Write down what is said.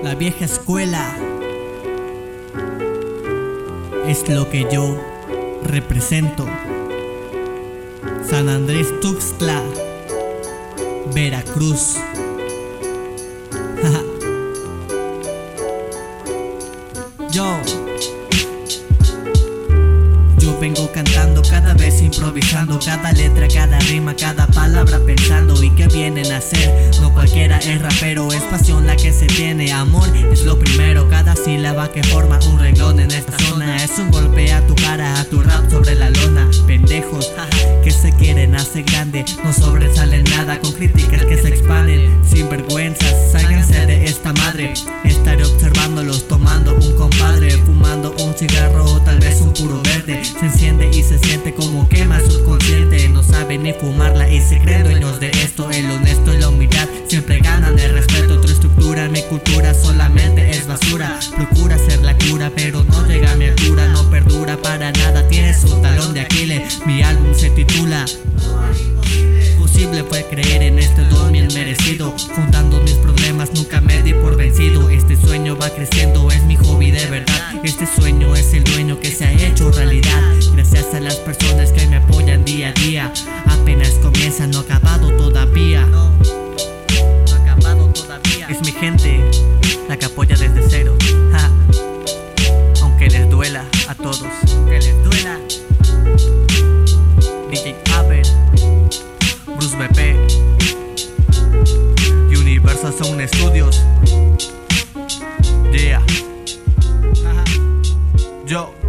La vieja escuela es lo que yo represento. San Andrés Tuxtla, Veracruz. Yo vengo cantando cada vez, improvisando cada letra, cada rima, cada palabra pensando. ¿Y qué vienen a hacer? No cualquiera es rapero, es pasión la que se tiene. Amor es lo primero, cada sílaba que forma un renglón en esta zona. Es un golpe a tu cara, a tu rap sobre la lona. Pendejos que se quieren hacer grande, no sobresalen nada con críticas que se expanden. Sin vergüenzas, sáquense de esta madre. Estaré observándolos tomando un compadre, fumando un cigarro o tal vez un puro verde. Se enciende y se siente como quema el subconsciente. No saben ni fumarla y se creen dueños de esto. El honesto y la humildad siempre ganan el respeto. Tu estructura, mi cultura solamente es basura. Procura ser la cura pero no llega a mi altura. No perdura para nada, tienes un talón de Aquiles. Mi álbum se titula Posible fue creer en este don bien merecido. Juntando mis problemas nunca me di por vencido. Este sueño va creciendo, es mi hobby de verdad. Este sueño es el dueño que se ha hecho realidad. Gracias a las personas que me apoyan día a día. Apenas comienza, no ha acabado todavía. No ha acabado todavía. Es mi gente, la que apoya desde cero. Aunque les duela a todos, aunque les duela. DJ Abel, Bruce BP, Universal Sound Studios. Yeah. Yo